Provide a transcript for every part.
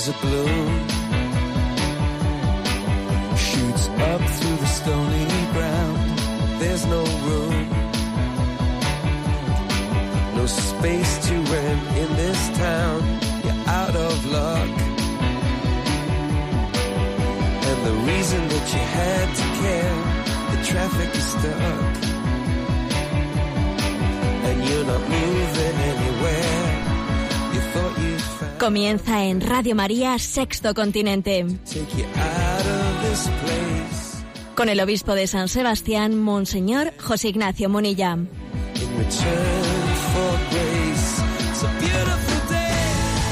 as a balloon shoots up through the stony ground. There's no room, no space to rent in this town. You're out of luck, and the reason that you had to care, the traffic is stuck, and you're not moving anywhere. You thought you'd found. Comienza en Radio María Sexto Continente. Take you out of this place. Con el obispo de San Sebastián, Monseñor José Ignacio Munilla. In return for grace. It's a beautiful day.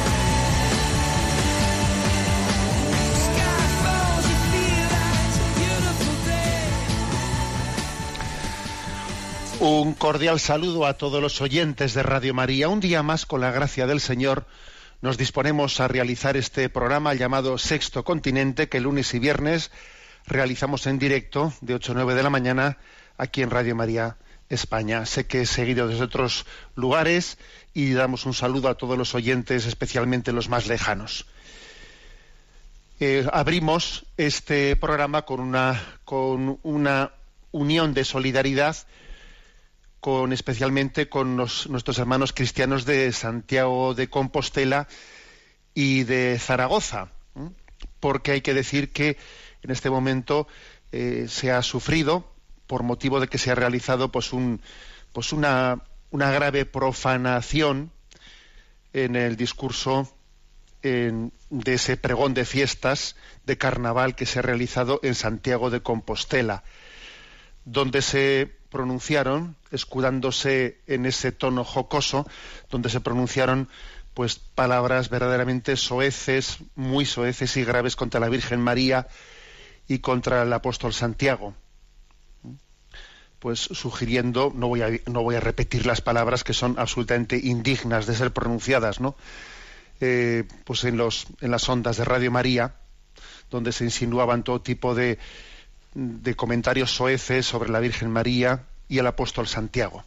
Sky falls, you feel like it's a beautiful day. Un cordial saludo a todos los oyentes de Radio María. Un día más, con la gracia del Señor, nos disponemos a realizar este programa llamado Sexto Continente, que lunes y viernes realizamos en directo de 8 a 9 de la mañana aquí en Radio María España. Sé que es seguido desde otros lugares y damos un saludo a todos los oyentes, especialmente los más lejanos. Abrimos este programa con una unión de solidaridad especialmente con nuestros hermanos cristianos de Santiago de Compostela y de Zaragoza, porque hay que decir que en este momento se ha sufrido, por motivo de que se ha realizado una grave profanación en el discurso de ese pregón de fiestas de carnaval que se ha realizado en Santiago de Compostela, donde se pronunciaron, escudándose en ese tono jocoso, donde se pronunciaron pues palabras verdaderamente soeces, muy soeces y graves contra la Virgen María y contra el apóstol Santiago, pues sugiriendo, no voy a repetir las palabras que son absolutamente indignas de ser pronunciadas, ¿no? Pues en las ondas de Radio María, donde se insinuaban todo tipo de comentarios soeces sobre la Virgen María y el apóstol Santiago.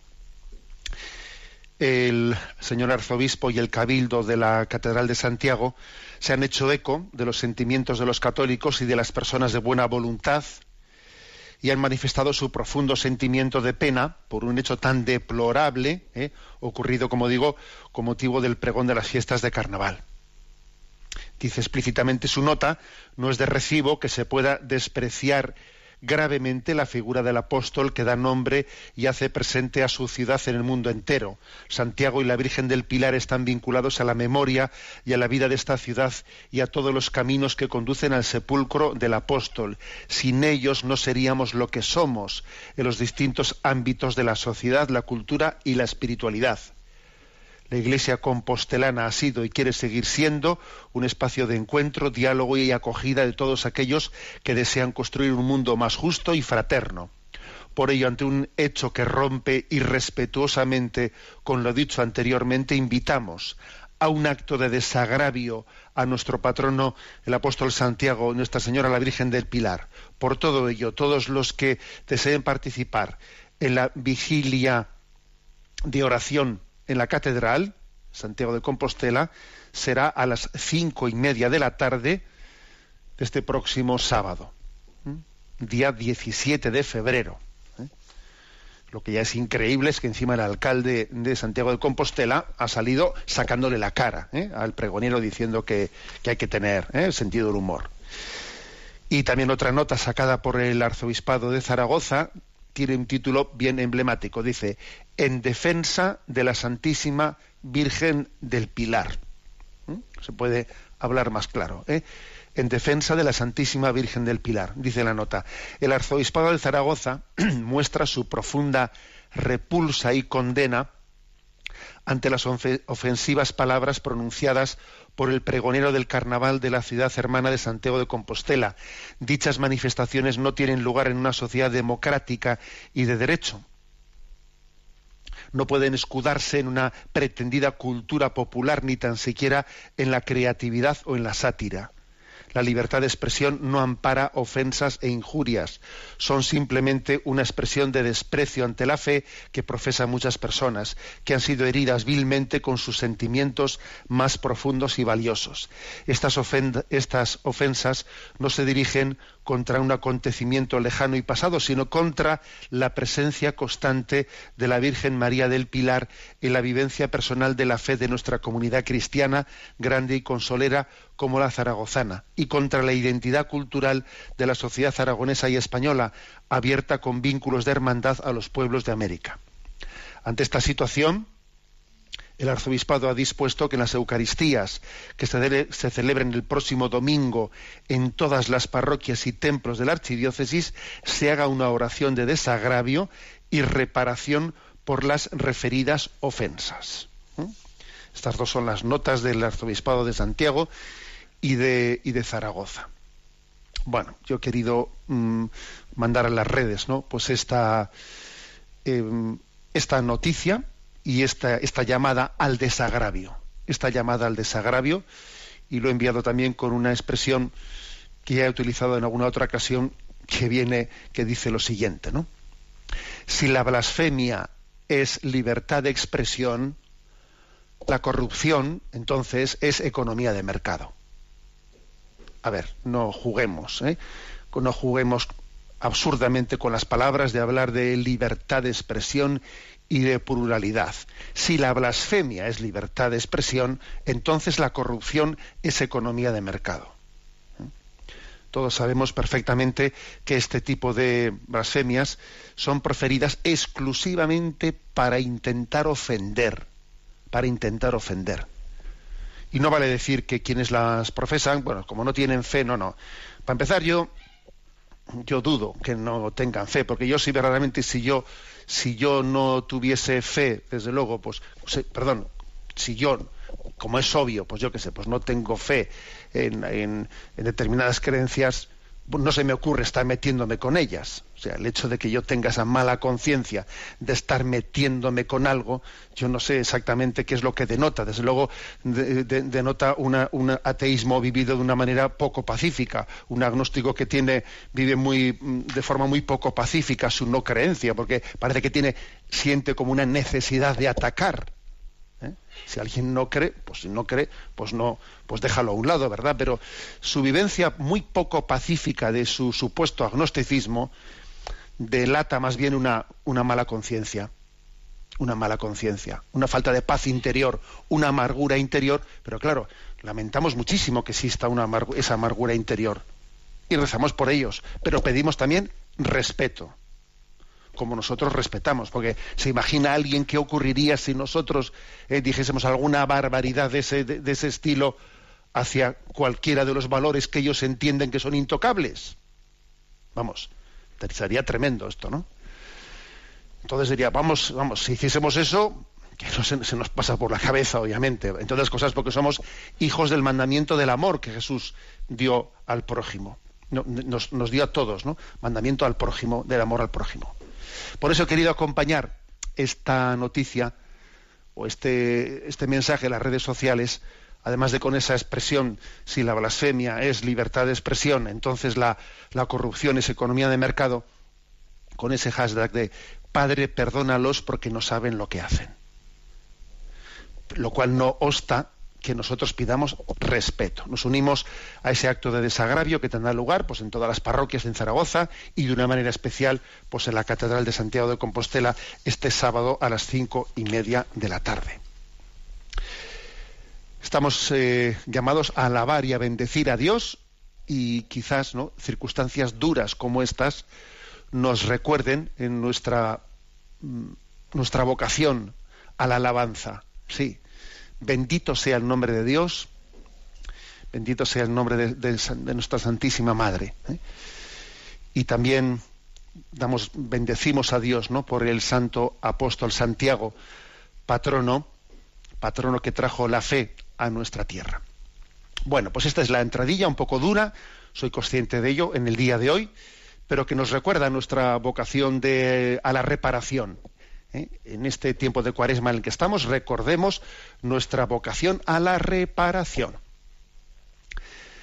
El señor arzobispo y el cabildo de la Catedral de Santiago se han hecho eco de los sentimientos de los católicos y de las personas de buena voluntad y han manifestado su profundo sentimiento de pena por un hecho tan deplorable, ocurrido, como digo, con motivo del pregón de las fiestas de carnaval. Dice explícitamente su nota: no es de recibo que se pueda despreciar gravemente la figura del apóstol que da nombre y hace presente a su ciudad en el mundo entero. Santiago y la Virgen del Pilar están vinculados a la memoria y a la vida de esta ciudad y a todos los caminos que conducen al sepulcro del apóstol. Sin ellos no seríamos lo que somos en los distintos ámbitos de la sociedad, la cultura y la espiritualidad. La Iglesia compostelana ha sido y quiere seguir siendo un espacio de encuentro, diálogo y acogida de todos aquellos que desean construir un mundo más justo y fraterno. Por ello, ante un hecho que rompe irrespetuosamente con lo dicho anteriormente, invitamos a un acto de desagravio a nuestro patrono, el apóstol Santiago, Nuestra Señora la Virgen del Pilar. Por todo ello, todos los que deseen participar en la vigilia de oración en la Catedral, Santiago de Compostela, será a las 5:30 de la tarde de este próximo sábado, día 17 de febrero. Lo que ya es increíble es que encima el alcalde de Santiago de Compostela ha salido sacándole la cara al pregonero, diciendo que hay que tener sentido del humor. Y también otra nota sacada por el arzobispado de Zaragoza tiene un título bien emblemático, dice: en defensa de la Santísima Virgen del Pilar. Se puede hablar más claro, en defensa de la Santísima Virgen del Pilar, dice la nota. El arzobispado de Zaragoza muestra su profunda repulsa y condena ante las ofensivas palabras pronunciadas por el pregonero del carnaval de la ciudad hermana de Santiago de Compostela. Dichas manifestaciones no tienen lugar en una sociedad democrática y de derecho. No pueden escudarse en una pretendida cultura popular, ni tan siquiera en la creatividad o en la sátira. La libertad de expresión no ampara ofensas e injurias. Son simplemente una expresión de desprecio ante la fe que profesan muchas personas, que han sido heridas vilmente con sus sentimientos más profundos y valiosos. Estas ofensas no se dirigen contra un acontecimiento lejano y pasado, sino contra la presencia constante de la Virgen María del Pilar en la vivencia personal de la fe de nuestra comunidad cristiana, grande y consolera como la zaragozana, y contra la identidad cultural de la sociedad aragonesa y española, abierta con vínculos de hermandad a los pueblos de América. Ante esta situación, el arzobispado ha dispuesto que en las Eucaristías que se celebren el próximo domingo en todas las parroquias y templos de la archidiócesis se haga una oración de desagravio y reparación por las referidas ofensas. Estas dos son las notas del arzobispado de Santiago y de Zaragoza. Bueno, yo he querido mandar a las redes, ¿no?, pues esta noticia y esta llamada al desagravio. Y lo he enviado también con una expresión que ya he utilizado en alguna otra ocasión, que dice lo siguiente, ¿no? Si la blasfemia es libertad de expresión, la corrupción, entonces, es economía de mercado. A ver, no juguemos absurdamente con las palabras de hablar de libertad de expresión y de pluralidad. Si la blasfemia es libertad de expresión, entonces la corrupción es economía de mercado. Todos sabemos perfectamente que este tipo de blasfemias son proferidas exclusivamente para intentar ofender. Y no vale decir que quienes las profesan, bueno, como no tienen fe, no. Para empezar, yo dudo que no tengan fe, porque yo sí verdaderamente, si yo no tuviese fe, desde luego, si yo, como es obvio, pues yo qué sé, pues no tengo fe en determinadas creencias, no se me ocurre estar metiéndome con ellas. O sea, el hecho de que yo tenga esa mala conciencia de estar metiéndome con algo, yo no sé exactamente qué es lo que denota. Desde luego denota un ateísmo vivido de una manera poco pacífica, un agnóstico que vive de forma muy poco pacífica su no creencia, porque parece que siente como una necesidad de atacar. Si alguien no cree, pues déjalo a un lado, ¿verdad? Pero su vivencia muy poco pacífica de su supuesto agnosticismo delata más bien una mala conciencia, una falta de paz interior, una amargura interior. Pero claro, lamentamos muchísimo que exista esa amargura interior y rezamos por ellos, pero pedimos también respeto, como nosotros respetamos, porque se imagina alguien qué ocurriría si nosotros dijésemos alguna barbaridad de ese estilo hacia cualquiera de los valores que ellos entienden que son intocables. Vamos, sería tremendo esto, ¿no? Entonces diría, vamos, si hiciésemos eso, que no se nos pasa por la cabeza, obviamente, entre otras cosas porque somos hijos del mandamiento del amor que Jesús dio al prójimo. Nos dio a todos, ¿no? Mandamiento al prójimo, del amor al prójimo. Por eso he querido acompañar esta noticia o este mensaje en las redes sociales, además de con esa expresión, si la blasfemia es libertad de expresión, entonces la corrupción es economía de mercado, con ese hashtag de Padre, perdónalos porque no saben lo que hacen. Lo cual no obsta que nosotros pidamos respeto. Nos unimos a ese acto de desagravio que tendrá lugar pues en todas las parroquias en Zaragoza y de una manera especial pues en la Catedral de Santiago de Compostela este sábado a las 5:30 de la tarde. Estamos llamados a alabar y a bendecir a Dios, y quizás circunstancias duras como estas nos recuerden en nuestra vocación a la alabanza. Sí. Bendito sea el nombre de Dios, bendito sea el nombre de nuestra Santísima Madre. Y también bendecimos a Dios, ¿no?, por el santo apóstol Santiago, patrono que trajo la fe a nuestra tierra. Bueno, pues esta es la entradilla un poco dura, soy consciente de ello en el día de hoy, pero que nos recuerda nuestra vocación a la reparación. En este tiempo de Cuaresma en el que estamos, recordemos nuestra vocación a la reparación.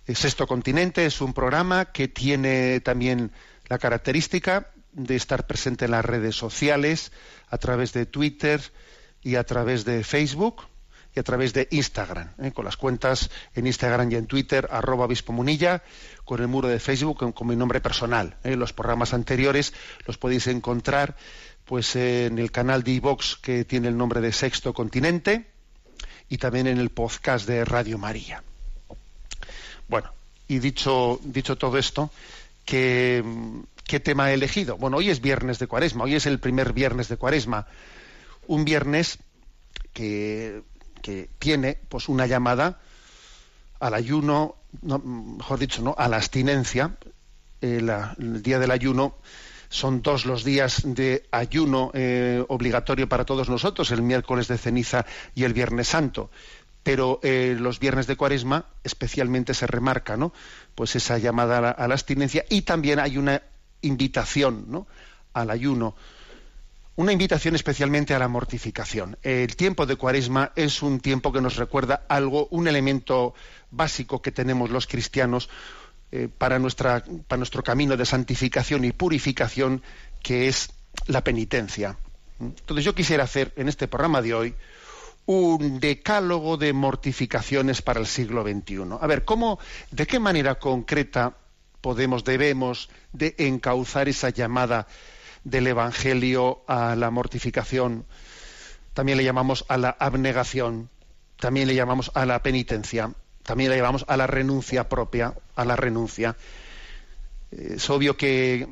Sexto Continente es un programa que tiene también la característica de estar presente en las redes sociales, a través de Twitter y a través de Facebook y a través de Instagram, con las cuentas en Instagram y en Twitter, @obispomunilla, con el muro de Facebook con mi nombre personal. Los programas anteriores los podéis encontrar pues en el canal de iVox que tiene el nombre de Sexto Continente y también en el podcast de Radio María. Bueno, y dicho todo esto, ¿qué tema he elegido? Bueno, hoy es viernes de Cuaresma, hoy es el primer viernes de Cuaresma, un viernes que tiene pues una llamada al ayuno, mejor dicho, ¿no?, a la abstinencia. El día del ayuno son 2 los días de ayuno obligatorio para todos nosotros, el miércoles de ceniza y el viernes santo. Pero los viernes de Cuaresma especialmente se remarca, ¿no?, pues esa llamada a la abstinencia, y también hay una invitación, ¿no?, al ayuno, una invitación especialmente a la mortificación. El tiempo de Cuaresma es un tiempo que nos recuerda algo, un elemento básico que tenemos los cristianos para nuestro camino de santificación y purificación, que es la penitencia. Entonces yo quisiera hacer en este programa de hoy un decálogo de mortificaciones para el siglo XXI. A ver, de qué manera concreta debemos de encauzar esa llamada del Evangelio a la mortificación. También le llamamos a la abnegación, también le llamamos a la penitencia, también le llamamos a la renuncia propia, a la renuncia. Es obvio que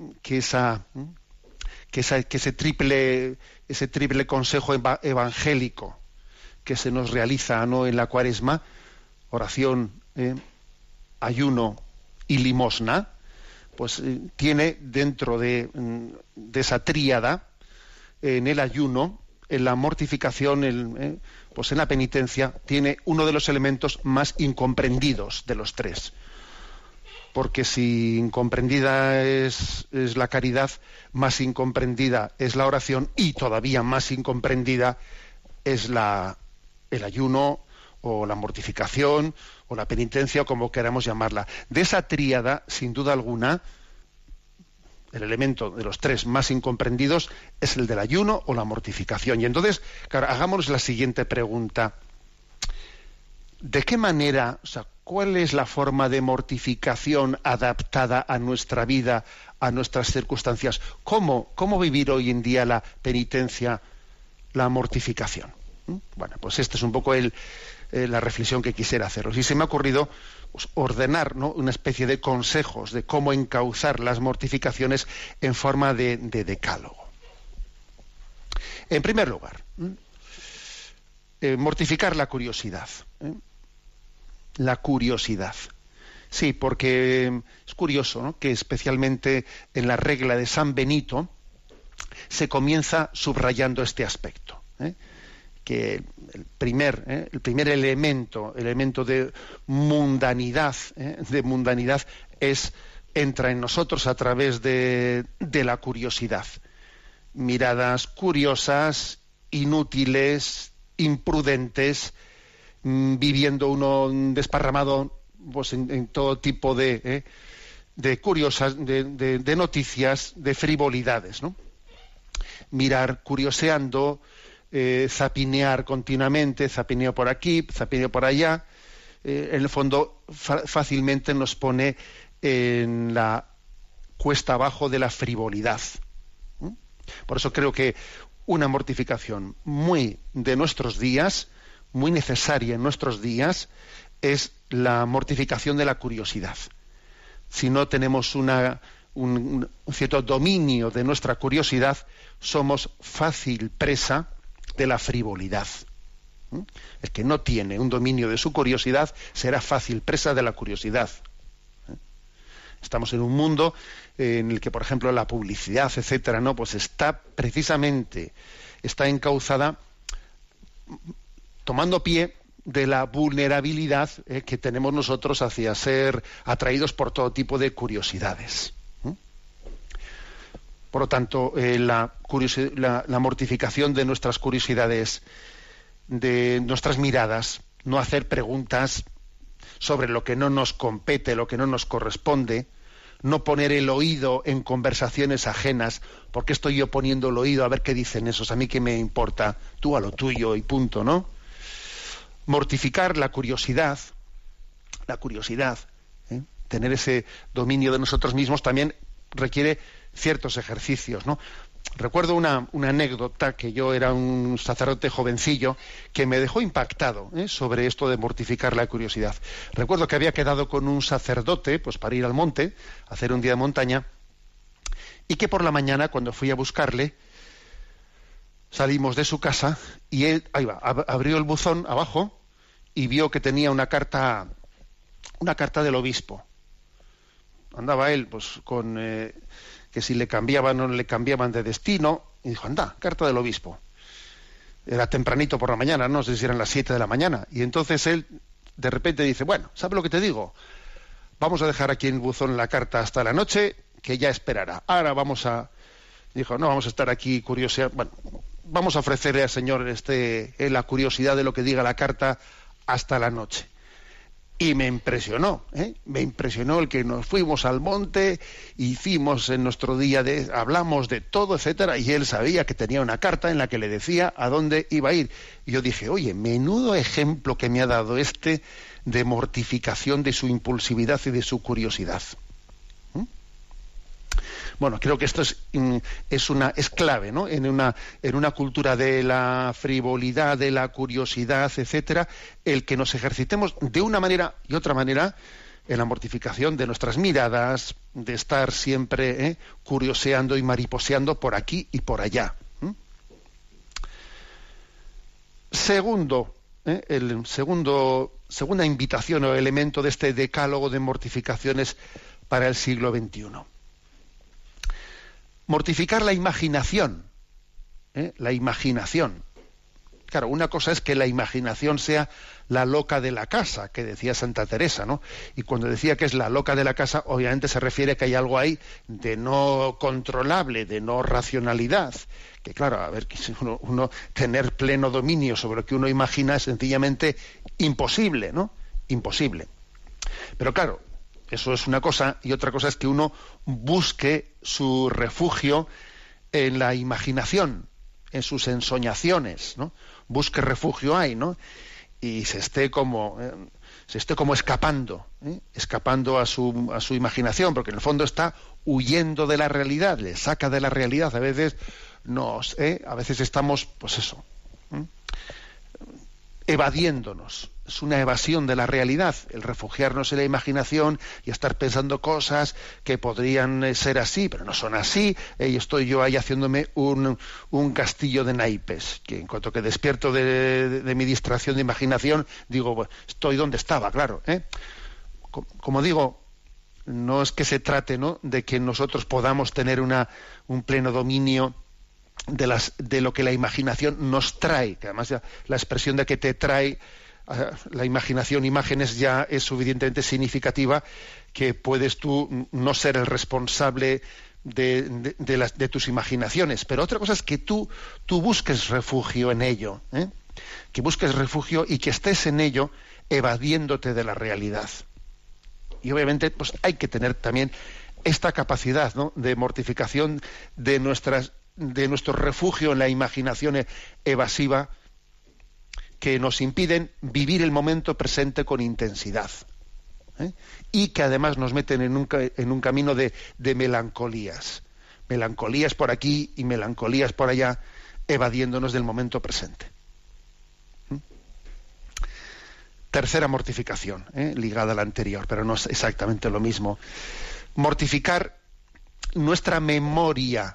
ese triple consejo evangélico que se nos realiza, ¿no?, en la Cuaresma, oración, ayuno y limosna, pues tiene dentro de esa tríada, en el ayuno, en la mortificación, pues en la penitencia, tiene uno de los elementos más incomprendidos de los 3. Porque si incomprendida es la caridad, más incomprendida es la oración, y todavía más incomprendida es el ayuno o la mortificación o la penitencia, o como queramos llamarla. De esa tríada, sin duda alguna, el elemento de los 3 más incomprendidos es el del ayuno o la mortificación. Y entonces, claro, hagámonos la siguiente pregunta: ¿de qué manera, cuál es la forma de mortificación adaptada a nuestra vida, a nuestras circunstancias? ¿Cómo vivir hoy en día la penitencia, la mortificación? Bueno, pues esta es un poco la reflexión que quisiera haceros. Y se me ha ocurrido pues ordenar, ¿no?, una especie de consejos de cómo encauzar las mortificaciones en forma de decálogo. En primer lugar, mortificar la curiosidad. La curiosidad. Sí, porque es curioso, ¿no?, que especialmente en la regla de San Benito se comienza subrayando este aspecto, que el primer elemento de mundanidad, entra en nosotros a través de la curiosidad. Miradas curiosas, inútiles, imprudentes, viviendo uno desparramado pues en todo tipo de curiosas, de noticias, de frivolidades, ¿no? Mirar curioseando, zapinear continuamente, zapineo por aquí, zapineo por allá, en el fondo fácilmente nos pone en la cuesta abajo de la frivolidad. Por eso creo que una mortificación muy de nuestros días, muy necesaria en nuestros días, es la mortificación de la curiosidad. Si no tenemos un cierto dominio de nuestra curiosidad, somos fácil presa de la frivolidad. El que no tiene un dominio de su curiosidad será fácil presa de la curiosidad. Estamos en un mundo en el que, por ejemplo, la publicidad, etcétera, ¿no?, pues está encauzada tomando pie de la vulnerabilidad que tenemos nosotros hacia ser atraídos por todo tipo de curiosidades. Por lo tanto, la mortificación de nuestras curiosidades, de nuestras miradas, no hacer preguntas sobre lo que no nos compete, lo que no nos corresponde, no poner el oído en conversaciones ajenas, porque estoy yo poniendo el oído a ver qué dicen esos, a mí qué me importa, tú a lo tuyo y punto, ¿no? Mortificar la curiosidad, tener ese dominio de nosotros mismos también requiere ciertos ejercicios, ¿no? Recuerdo una anécdota, que yo era un sacerdote jovencillo que me dejó impactado sobre esto de mortificar la curiosidad. Recuerdo que había quedado con un sacerdote pues para ir al monte, a hacer un día de montaña, y que por la mañana, cuando fui a buscarle, salimos de su casa y él abrió el buzón abajo y vio que tenía una carta del obispo. Andaba él pues con que si le cambiaban o no le cambiaban de destino, y dijo, anda, carta del obispo. Era tempranito por la mañana, no sé si eran las 7 de la mañana, y entonces él de repente dice, bueno, ¿sabes lo que te digo? Vamos a dejar aquí en el buzón la carta hasta la noche, que ya esperará. Ahora dijo, no vamos a estar aquí curiosidad, bueno, vamos a ofrecerle al Señor la curiosidad de lo que diga la carta hasta la noche. Y me impresionó el que nos fuimos al monte, hicimos en nuestro día hablamos de todo, etcétera, y él sabía que tenía una carta en la que le decía a dónde iba a ir. Y yo dije, oye, menudo ejemplo que me ha dado de mortificación de su impulsividad y de su curiosidad. Bueno, creo que esto es clave, ¿no? En una cultura de la frivolidad, de la curiosidad, etcétera, el que nos ejercitemos de una manera y otra manera en la mortificación de nuestras miradas, de estar siempre curioseando y mariposeando por aquí y por allá. Segunda invitación o elemento de este decálogo de mortificaciones para el siglo XXI. Mortificar la imaginación. La imaginación. Claro, una cosa es que la imaginación sea la loca de la casa, que decía Santa Teresa, ¿no? Y cuando decía que es la loca de la casa, obviamente se refiere a que hay algo ahí de no controlable, de no racionalidad. Que claro, a ver, que uno tener pleno dominio sobre lo que uno imagina es sencillamente imposible, ¿no? Imposible. Pero claro, eso es una cosa, y otra cosa es que uno busque su refugio en la imaginación, en sus ensoñaciones, ¿no? Busque refugio ahí, ¿no? Y se esté como escapando a su imaginación, porque en el fondo está huyendo de la realidad, le saca de la realidad. A veces estamos, pues eso, evadiéndonos. Es una evasión de la realidad, el refugiarnos en la imaginación y estar pensando cosas que podrían ser así, pero no son así, y estoy yo ahí haciéndome un castillo de naipes, que en cuanto que despierto de mi distracción de imaginación, digo, bueno, estoy donde estaba, claro. Como digo, no es que se trate, ¿no?, de que nosotros podamos tener un pleno dominio de lo que la imaginación nos trae, que además ya la expresión de que te trae la imaginación, imágenes, ya es suficientemente significativa, que puedes tú no ser el responsable de tus imaginaciones. Pero otra cosa es que tú busques refugio en ello, que busques refugio y que estés en ello evadiéndote de la realidad. Y obviamente pues hay que tener también esta capacidad, ¿no?, de mortificación de nuestro refugio en la imaginación evasiva, que nos impiden vivir el momento presente con intensidad, y que además nos meten en un camino de melancolías por aquí y melancolías por allá, evadiéndonos del momento presente. Tercera mortificación, ligada a la anterior, pero no es exactamente lo mismo. Mortificar nuestra memoria.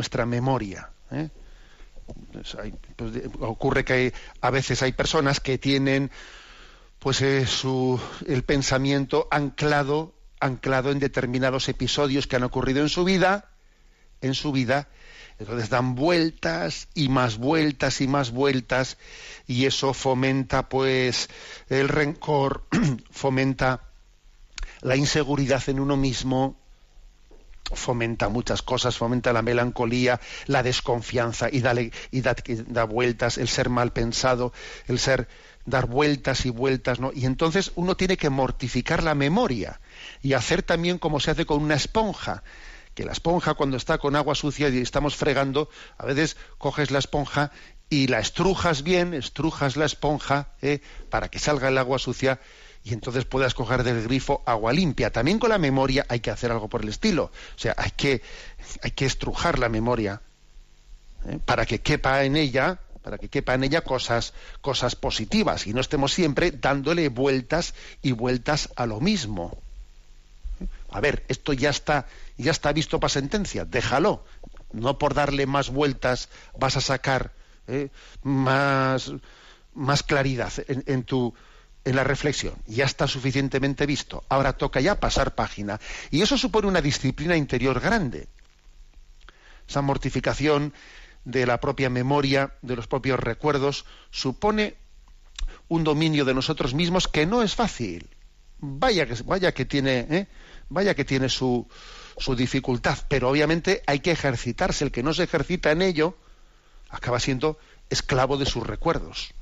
Ocurre que a veces hay personas que tienen pues el pensamiento anclado en determinados episodios que han ocurrido en su vida, entonces dan vueltas y más vueltas y más vueltas, y eso fomenta pues el rencor, fomenta la inseguridad en uno mismo, fomenta muchas cosas, fomenta la melancolía, la desconfianza y da vueltas, el ser mal pensado, el ser dar vueltas y vueltas, ¿no? Y entonces uno tiene que mortificar la memoria y hacer también como se hace con una esponja, que la esponja cuando está con agua sucia y estamos fregando, a veces coges la esponja y la estrujas bien, estrujas la esponja para que salga el agua sucia y entonces puedas coger del grifo agua limpia. También con la memoria hay que hacer algo por el estilo. O sea, hay que estrujar la memoria para que quepa en ella cosas positivas y no estemos siempre dándole vueltas y vueltas a lo mismo. A ver, esto ya está visto para sentencia, déjalo. No por darle más vueltas vas a sacar más claridad en la reflexión. Ya está suficientemente visto. Ahora toca ya pasar página. Y eso supone una disciplina interior grande. Esa mortificación de la propia memoria, de los propios recuerdos, supone un dominio de nosotros mismos que no es fácil. Vaya que tiene su dificultad, pero obviamente hay que ejercitarse. El que no se ejercita en ello acaba siendo esclavo de sus recuerdos.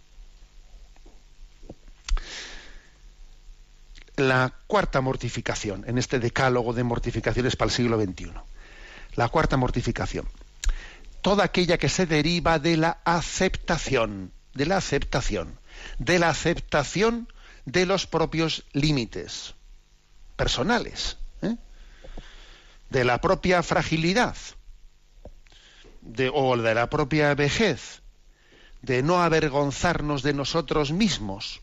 La cuarta mortificación, en este decálogo de mortificaciones para el siglo XXI. La cuarta mortificación. Toda aquella que se deriva de la aceptación de los propios límites personales, de la propia fragilidad, o de la propia vejez, de no avergonzarnos de nosotros mismos.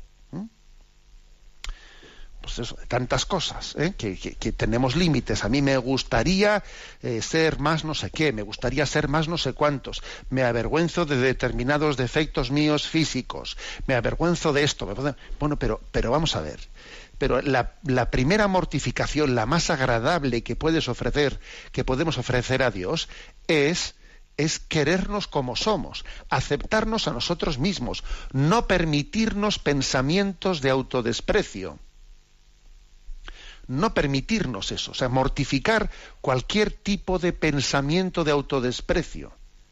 Pues eso, tantas cosas, que tenemos límites. A mí me gustaría ser más no sé qué, me gustaría ser más no sé cuántos, me avergüenzo de determinados defectos míos físicos, me avergüenzo de esto. Bueno, pero vamos a ver. Pero la primera mortificación, la más agradable que podemos ofrecer a Dios, es querernos como somos, aceptarnos a nosotros mismos, no permitirnos pensamientos de autodesprecio. No permitirnos eso, o sea, mortificar cualquier tipo de pensamiento de autodesprecio.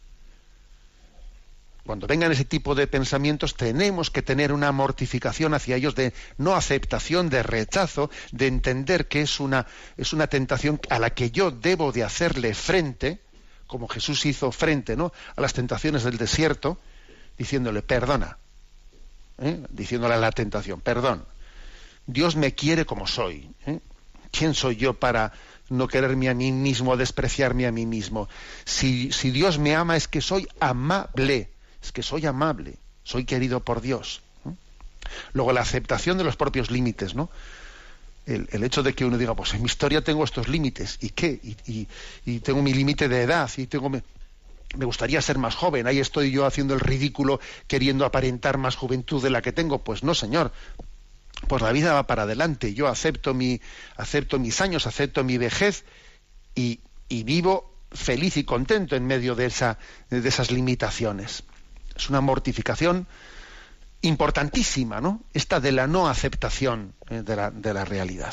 Cuando vengan ese tipo de pensamientos tenemos que tener una mortificación hacia ellos de no aceptación, de rechazo, de entender que es una tentación a la que yo debo de hacerle frente, como Jesús hizo frente, ¿no?, a las tentaciones del desierto, diciéndole perdona, diciéndole a la tentación, perdón. Dios me quiere como soy. ¿Quién soy yo para no quererme a mí mismo, despreciarme a mí mismo? Si Dios me ama es que soy amable, soy querido por Dios. Luego la aceptación de los propios límites, ¿no? El hecho de que uno diga, pues en mi historia tengo estos límites, ¿y qué? Y tengo mi límite de edad, me gustaría ser más joven, ahí estoy yo haciendo el ridículo, queriendo aparentar más juventud de la que tengo. Pues no, señor. Pues la vida va para adelante. Yo acepto mis años, acepto mi vejez y vivo feliz y contento en medio de esas limitaciones. Es una mortificación importantísima, ¿no? Esta de la no aceptación de la realidad.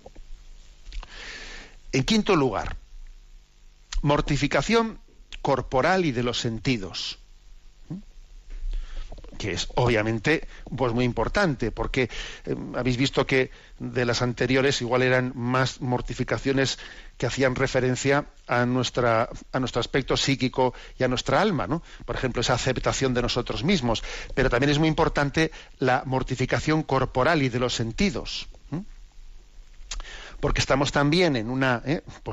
En quinto lugar, mortificación corporal y de los sentidos, que es obviamente pues muy importante, porque habéis visto que de las anteriores igual eran más mortificaciones que hacían referencia a nuestro aspecto psíquico y a nuestra alma, ¿no? Por ejemplo, esa aceptación de nosotros mismos, pero también es muy importante la mortificación corporal y de los sentidos, porque estamos también en una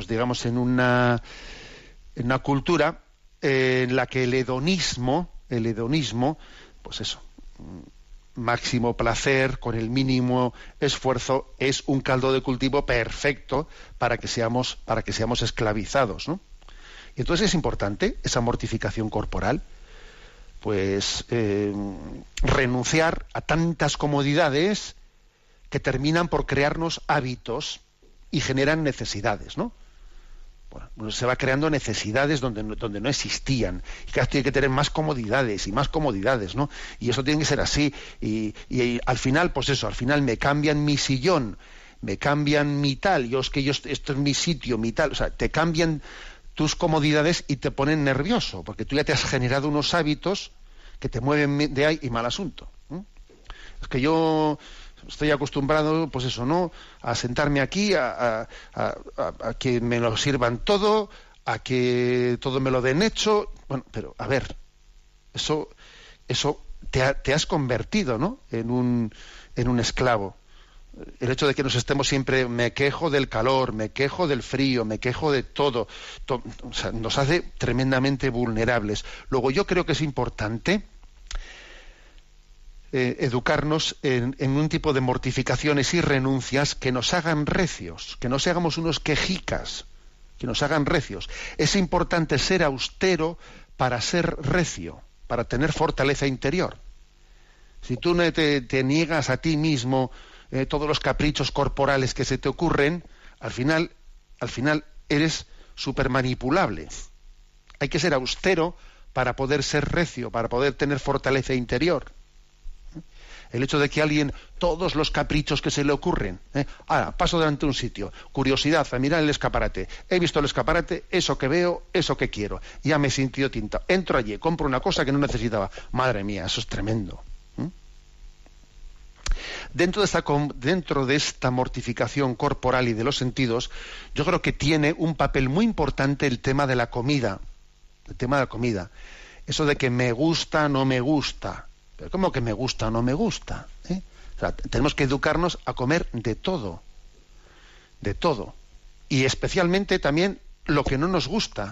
cultura en la que el hedonismo, pues eso, máximo placer con el mínimo esfuerzo, es un caldo de cultivo perfecto para que seamos esclavizados, ¿no? Y entonces es importante esa mortificación corporal, pues renunciar a tantas comodidades que terminan por crearnos hábitos y generan necesidades, ¿no? Bueno, se va creando necesidades donde no existían, y cada vez tiene que tener más comodidades y más comodidades, ¿no? Y eso tiene que ser así, y al final, pues eso, al final me cambian mi sillón me cambian mi tal, esto es mi sitio, mi tal, o sea, te cambian tus comodidades y te ponen nervioso, porque tú ya te has generado unos hábitos que te mueven de ahí y mal asunto. Es que yo estoy acostumbrado, pues eso, ¿no?, a sentarme aquí, a que me lo sirvan todo, a que todo me lo den hecho. Bueno, pero a ver, eso te has convertido, ¿no?, en un esclavo. El hecho de que nos estemos siempre, me quejo del calor, me quejo del frío, me quejo de todo, o sea, nos hace tremendamente vulnerables. Luego yo creo que es importante educarnos en un tipo de mortificaciones y renuncias que nos hagan recios, que no seamos unos quejicas, que nos hagan recios. Es importante ser austero para ser recio, para tener fortaleza interior. Si tú no te niegas a ti mismo todos los caprichos corporales que se te ocurren, al final eres súper manipulable. Hay que ser austero para poder ser recio, para poder tener fortaleza interior. El hecho de que alguien, todos los caprichos que se le ocurren, ahora paso delante de un sitio, curiosidad, a mirar el escaparate, he visto el escaparate, eso que veo, eso que quiero, ya me he sentido tintado, entro allí, compro una cosa que no necesitaba, madre mía, eso es tremendo. Dentro de esta mortificación corporal y de los sentidos, yo creo que tiene un papel muy importante el tema de la comida. El tema de la comida. Eso de que me gusta, no me gusta. ¿Pero cómo que me gusta o no me gusta? O sea, tenemos que educarnos a comer de todo. De todo. Y especialmente también lo que no nos gusta.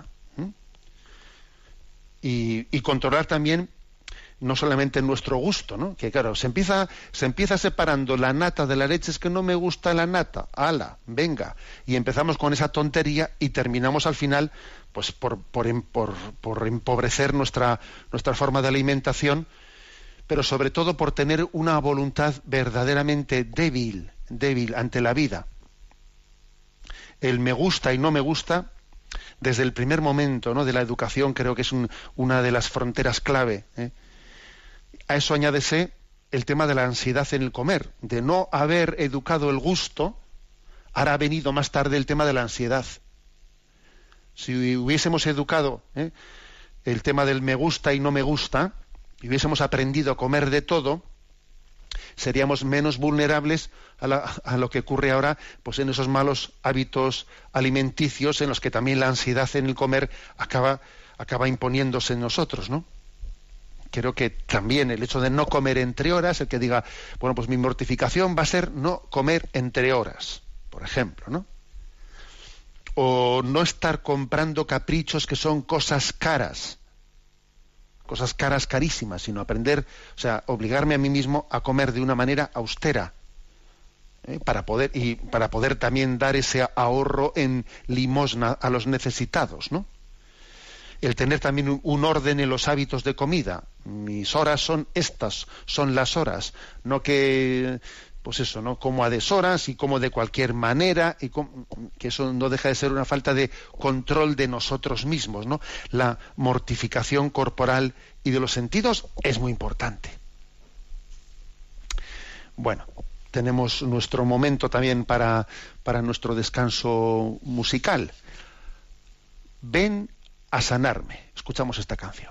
Y controlar también no solamente nuestro gusto, ¿no? Que claro, se empieza separando la nata de la leche, es que no me gusta la nata, ¡hala!, venga, y empezamos con esa tontería y terminamos al final pues por empobrecer nuestra forma de alimentación, pero sobre todo por tener una voluntad verdaderamente débil ante la vida. El me gusta y no me gusta, desde el primer momento, ¿no?, de la educación, creo que es una de las fronteras clave, A eso añádese el tema de la ansiedad en el comer, de no haber educado el gusto. Ahora ha venido más tarde el tema de la ansiedad. Si hubiésemos educado el tema del me gusta y no me gusta, y hubiésemos aprendido a comer de todo, seríamos menos vulnerables a lo que ocurre ahora, pues en esos malos hábitos alimenticios en los que también la ansiedad en el comer acaba imponiéndose en nosotros, ¿no? Creo que también el hecho de no comer entre horas, el que diga, bueno, pues mi mortificación va a ser no comer entre horas, por ejemplo, ¿no? O no estar comprando caprichos que son cosas caras, carísimas, sino aprender, o sea, obligarme a mí mismo a comer de una manera austera, para poder también dar ese ahorro en limosna a los necesitados, ¿no? El tener también un orden en los hábitos de comida. Mis horas son estas, son las horas, no que, pues eso, no como a deshoras y como de cualquier manera, y que eso no deja de ser una falta de control de nosotros mismos, ¿no? La mortificación corporal y de los sentidos es muy importante. Bueno, tenemos nuestro momento también para nuestro descanso musical. Ven a sanarme. Escuchamos esta canción.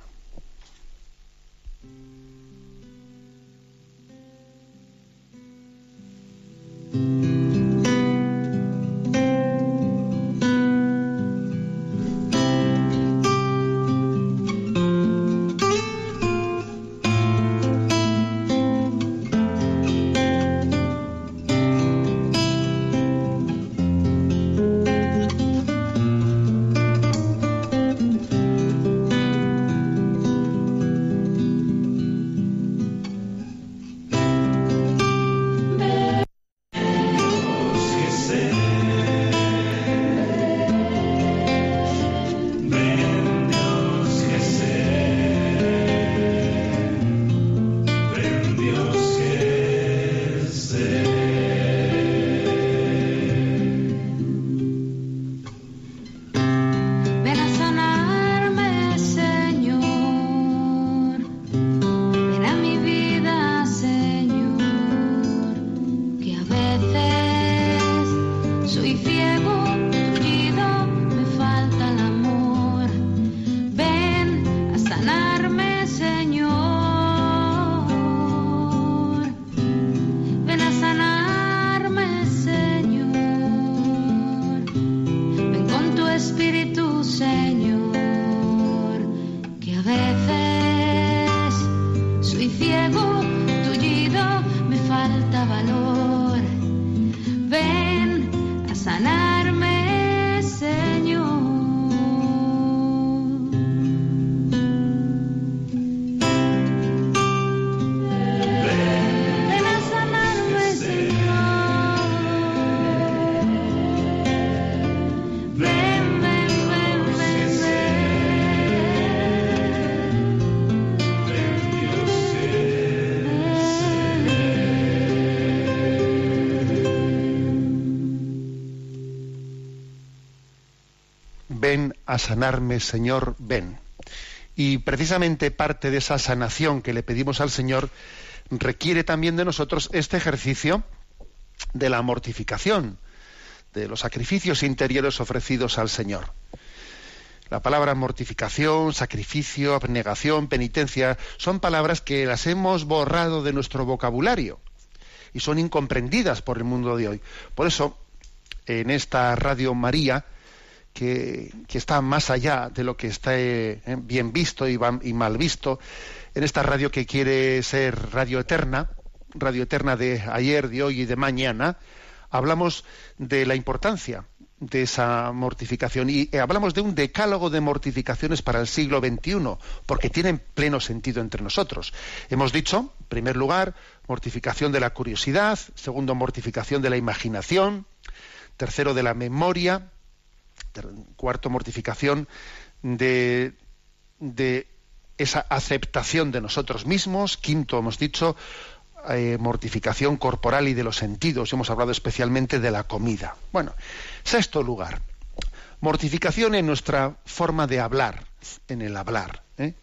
ven a sanarme, Señor, ven. Y precisamente parte de esa sanación que le pedimos al Señor requiere también de nosotros este ejercicio de la mortificación, de los sacrificios interiores ofrecidos al Señor. La palabra mortificación, sacrificio, abnegación, penitencia, son palabras que las hemos borrado de nuestro vocabulario y son incomprendidas por el mundo de hoy. Por eso, en esta Radio María, que está más allá de lo que está bien visto y mal visto, en esta radio que quiere ser radio eterna de ayer, de hoy y de mañana, hablamos de la importancia de esa mortificación y hablamos de un decálogo de mortificaciones para el siglo XXI, porque tienen pleno sentido entre nosotros. Hemos dicho, en primer lugar, mortificación de la curiosidad; segundo, mortificación de la imaginación; tercero, de la memoria; cuarto, mortificación de esa aceptación de nosotros mismos; quinto, hemos dicho, mortificación corporal y de los sentidos. Hemos hablado especialmente de la comida. Bueno, sexto lugar, mortificación en nuestra forma de hablar, en el hablar. En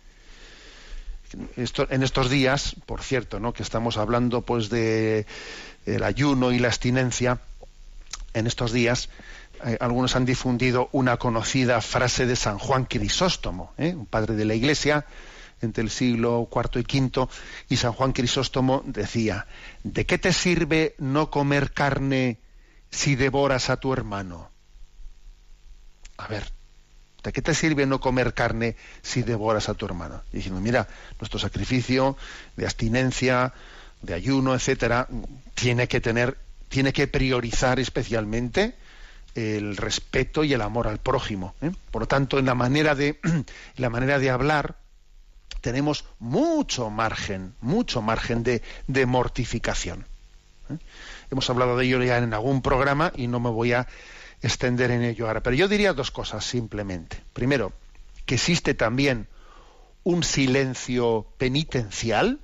estos días, por cierto, ¿no?, que estamos hablando pues de el ayuno y la abstinencia, en estos días algunos han difundido una conocida frase de San Juan Crisóstomo, un padre de la Iglesia entre el siglo IV y V, y San Juan Crisóstomo decía: ¿de qué te sirve no comer carne si devoras a tu hermano? A ver, ¿de qué te sirve no comer carne si devoras a tu hermano? Diciendo, mira, nuestro sacrificio de abstinencia, de ayuno, etcétera, tiene que priorizar especialmente el respeto y el amor al prójimo. Por lo tanto, en la manera de hablar tenemos mucho margen de mortificación. Hemos hablado de ello ya en algún programa y no me voy a extender en ello ahora. Pero yo diría dos cosas simplemente. Primero, que existe también un silencio penitencial.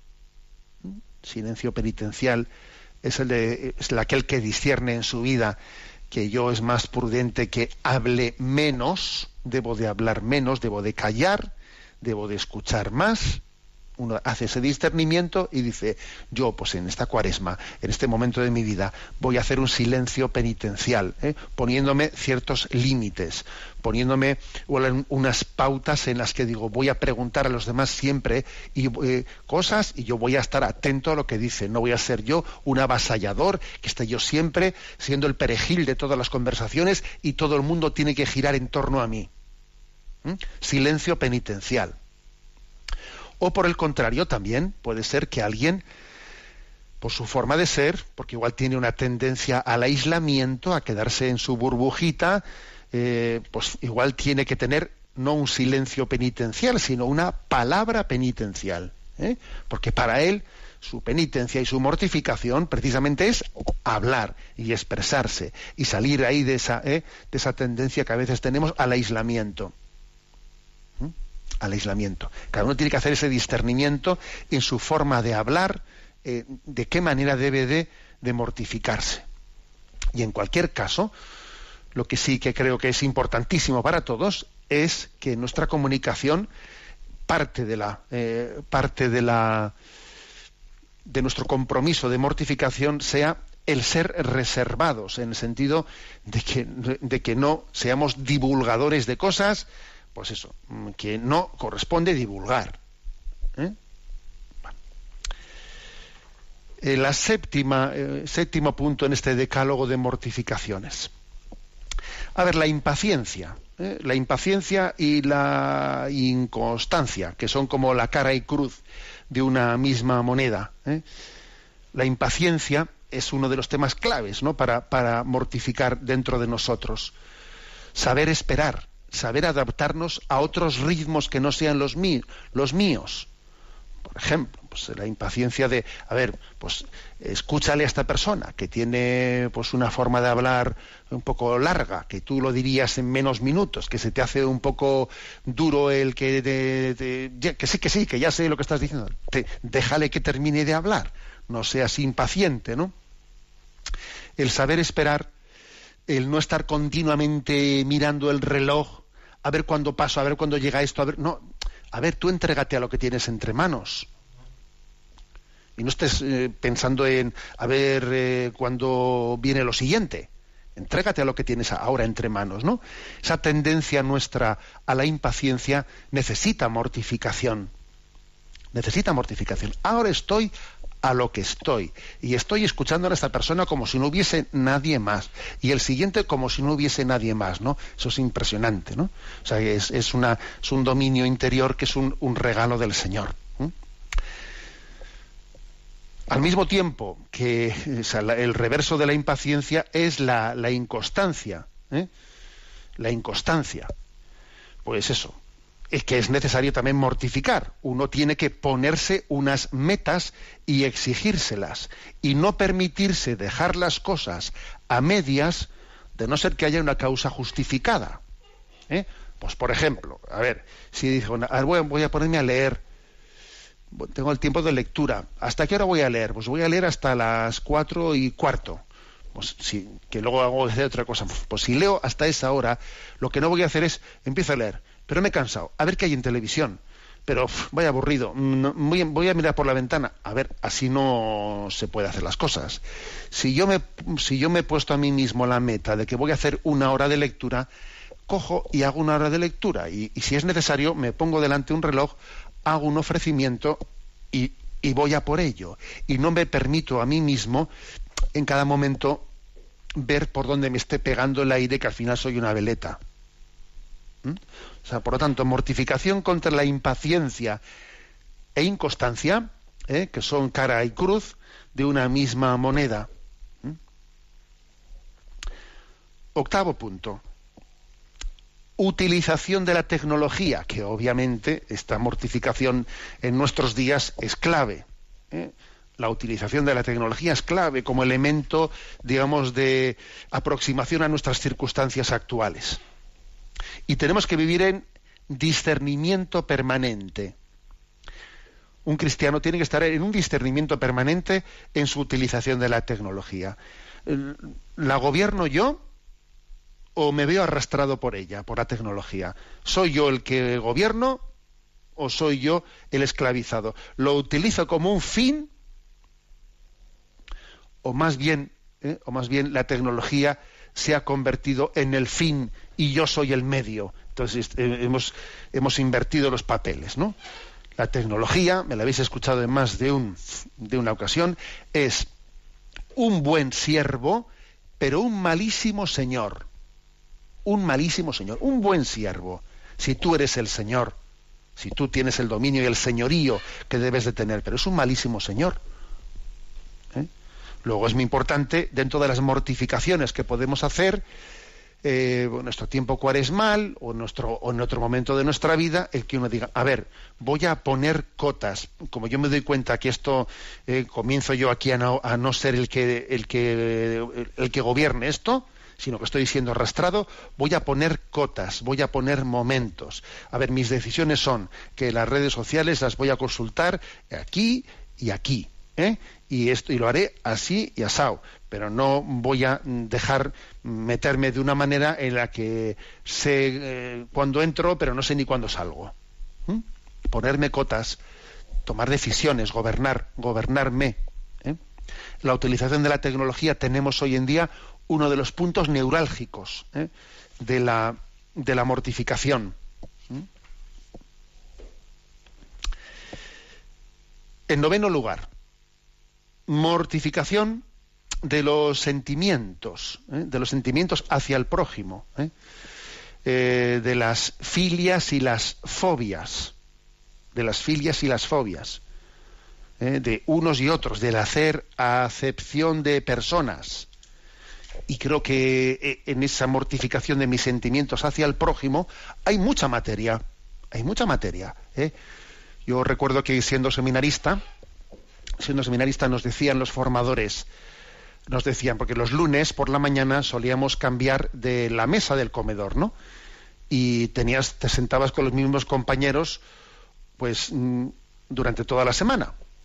Silencio penitencial es aquel que discierne en su vida que yo es más prudente que hable menos, debo de hablar menos, debo de callar, debo de escuchar más. Uno hace ese discernimiento y dice, yo pues en esta cuaresma, en este momento de mi vida, voy a hacer un silencio penitencial, poniéndome ciertos límites, poniéndome unas pautas en las que digo, voy a preguntar a los demás siempre cosas, y yo voy a estar atento a lo que dicen. No voy a ser yo un avasallador, que esté yo siempre siendo el perejil de todas las conversaciones y todo el mundo tiene que girar en torno a mí. Silencio penitencial. O por el contrario, también puede ser que alguien, por su forma de ser, porque igual tiene una tendencia al aislamiento, a quedarse en su burbujita, pues igual tiene que tener no un silencio penitencial, sino una palabra penitencial. Porque para él, su penitencia y su mortificación precisamente es hablar y expresarse y salir ahí de esa tendencia que a veces tenemos al aislamiento. Al aislamiento. Cada uno tiene que hacer ese discernimiento en su forma de hablar, de qué manera debe de mortificarse. Y en cualquier caso, lo que sí que creo que es importantísimo para todos es que nuestra comunicación parte de nuestro compromiso de mortificación sea el ser reservados, en el sentido de que no seamos divulgadores de cosas, pues eso, que no corresponde divulgar. Séptimo punto en este decálogo de mortificaciones. A ver, la impaciencia y la inconstancia, que son como la cara y cruz de una misma moneda. La impaciencia es uno de los temas claves, ¿no?, para mortificar dentro de nosotros. Saber esperar, saber adaptarnos a otros ritmos que no sean los míos. Por ejemplo, pues la impaciencia de, pues escúchale a esta persona que tiene pues una forma de hablar un poco larga, que tú lo dirías en menos minutos, que se te hace un poco duro el que sí, que ya sé lo que estás diciendo. Déjale que termine de hablar, no seas impaciente, ¿no? El saber esperar el no estar continuamente mirando el reloj, a ver cuándo paso, a ver cuándo llega esto, a ver, tú entrégate a lo que tienes entre manos. Y no estés pensando en a ver cuándo viene lo siguiente. Entrégate a lo que tienes ahora entre manos, ¿no? Esa tendencia nuestra a la impaciencia necesita mortificación. Necesita mortificación. Ahora estoy a lo que estoy. Y estoy escuchando a esta persona como si no hubiese nadie más. Y el siguiente como si no hubiese nadie más, ¿no? Eso es impresionante, ¿no? O sea, es un dominio interior que es un regalo del Señor. Al mismo tiempo que el reverso de la impaciencia es la inconstancia. La inconstancia. Pues eso. Es que es necesario también mortificar. Uno tiene que ponerse unas metas y exigírselas. Y no permitirse dejar las cosas a medias, de no ser que haya una causa justificada. Pues por ejemplo, a ver, si dice, voy a ponerme a leer. Tengo el tiempo de lectura. ¿Hasta qué hora voy a leer? Pues voy a leer hasta las 4:15. Pues sí, que luego hago otra cosa. Pues si leo hasta esa hora, lo que no voy a hacer es, empiezo a leer, pero me he cansado. A ver qué hay en televisión. Pero vaya aburrido. Voy a mirar por la ventana. A ver, así no se puede hacer las cosas. Si yo me he puesto a mí mismo la meta de que voy a hacer 1 hora de lectura, cojo y hago 1 hora de lectura. Y si es necesario, me pongo delante un reloj, hago un ofrecimiento y voy a por ello. Y no me permito a mí mismo en cada momento ver por dónde me esté pegando el aire, que al final soy una veleta. O sea, por lo tanto, mortificación contra la impaciencia e inconstancia, que son cara y cruz de una misma moneda. Octavo punto. Utilización de la tecnología, que obviamente esta mortificación en nuestros días es clave. La utilización de la tecnología es clave como elemento, digamos, de aproximación a nuestras circunstancias actuales. Y tenemos que vivir en discernimiento permanente. Un cristiano tiene que estar en un discernimiento permanente en su utilización de la tecnología. ¿La gobierno yo o me veo arrastrado por ella, por la tecnología? ¿Soy yo el que gobierno o soy yo el esclavizado? ¿Lo utilizo como un fin o más bien la tecnología se ha convertido en el fin y yo soy el medio? Entonces hemos invertido los papeles, ¿no? La tecnología, me la habéis escuchado en más de una ocasión, es un buen siervo, pero un malísimo señor. Un malísimo señor, un buen siervo. Si tú eres el señor, si tú tienes el dominio y el señorío que debes de tener, pero es un malísimo señor. Luego es muy importante, dentro de las mortificaciones que podemos hacer, nuestro tiempo cuaresmal o en otro momento de nuestra vida, el que uno diga, a ver, voy a poner cotas. Como yo me doy cuenta que esto comienzo yo aquí a no ser el que gobierne esto, sino que estoy siendo arrastrado, voy a poner cotas, voy a poner momentos. A ver, mis decisiones son que las redes sociales las voy a consultar aquí y aquí, y lo haré así y asao, pero no voy a dejar meterme de una manera en la que sé cuándo entro, pero no sé ni cuándo salgo. Ponerme cotas, tomar decisiones, gobernarme. La utilización de la tecnología, tenemos hoy en día uno de los puntos neurálgicos de la mortificación. En noveno lugar, mortificación de los sentimientos hacia el prójimo, de las filias y las fobias, de unos y otros, del hacer acepción de personas. Y creo que en esa mortificación de mis sentimientos hacia el prójimo hay mucha materia. Yo recuerdo que siendo seminarista nos decían los formadores, porque los lunes por la mañana solíamos cambiar de la mesa del comedor, ¿no? Y te sentabas con los mismos compañeros, pues durante toda la semana.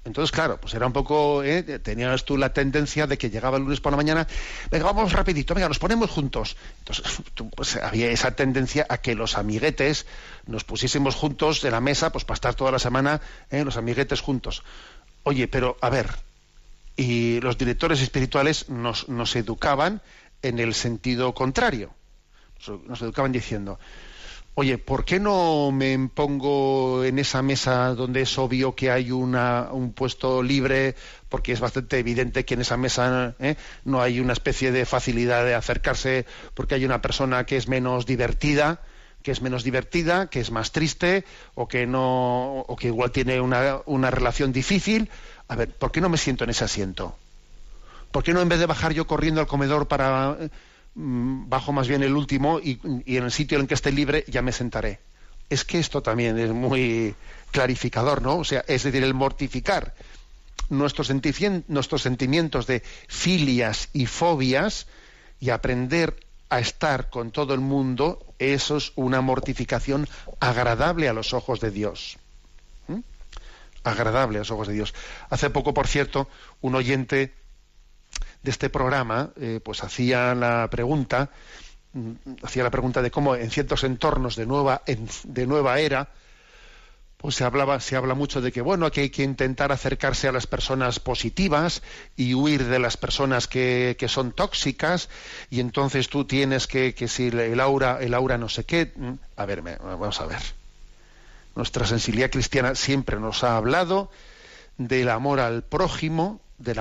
Entonces, claro, pues era un poco, tenías tú la tendencia de que llegaba el lunes por la mañana, venga, vamos rapidito, venga, nos ponemos juntos. Entonces, pues había esa tendencia a que los amiguetes nos pusiésemos juntos de la mesa, pues para estar toda la semana, los amiguetes juntos. Oye, pero a ver, y los directores espirituales nos educaban en el sentido contrario. Nos educaban diciendo, oye, ¿por qué no me pongo en esa mesa donde es obvio que hay un puesto libre? Porque es bastante evidente que en esa mesa no hay una especie de facilidad de acercarse, porque hay una persona que es menos divertida, que es más triste, o que igual tiene una relación difícil. A ver, ¿por qué no me siento en ese asiento? ¿Por qué no, en vez de bajar yo corriendo al comedor bajo más bien el último y en el sitio en el que esté libre ya me sentaré? Es que esto también es muy clarificador, ¿no? O sea, es decir, el mortificar nuestros sentimientos de filias y fobias y aprender a estar con todo el mundo, eso es una mortificación agradable a los ojos de Dios. Agradable a los ojos de Dios. Hace poco, por cierto, un oyente de este programa pues hacía la pregunta de cómo en ciertos entornos de nueva era pues se habla mucho de que bueno, que hay que intentar acercarse a las personas positivas y huir de las personas que son tóxicas, y entonces tú tienes que si el aura no sé qué. A ver, vamos a ver. Nuestra sensibilidad cristiana siempre nos ha hablado del amor al prójimo,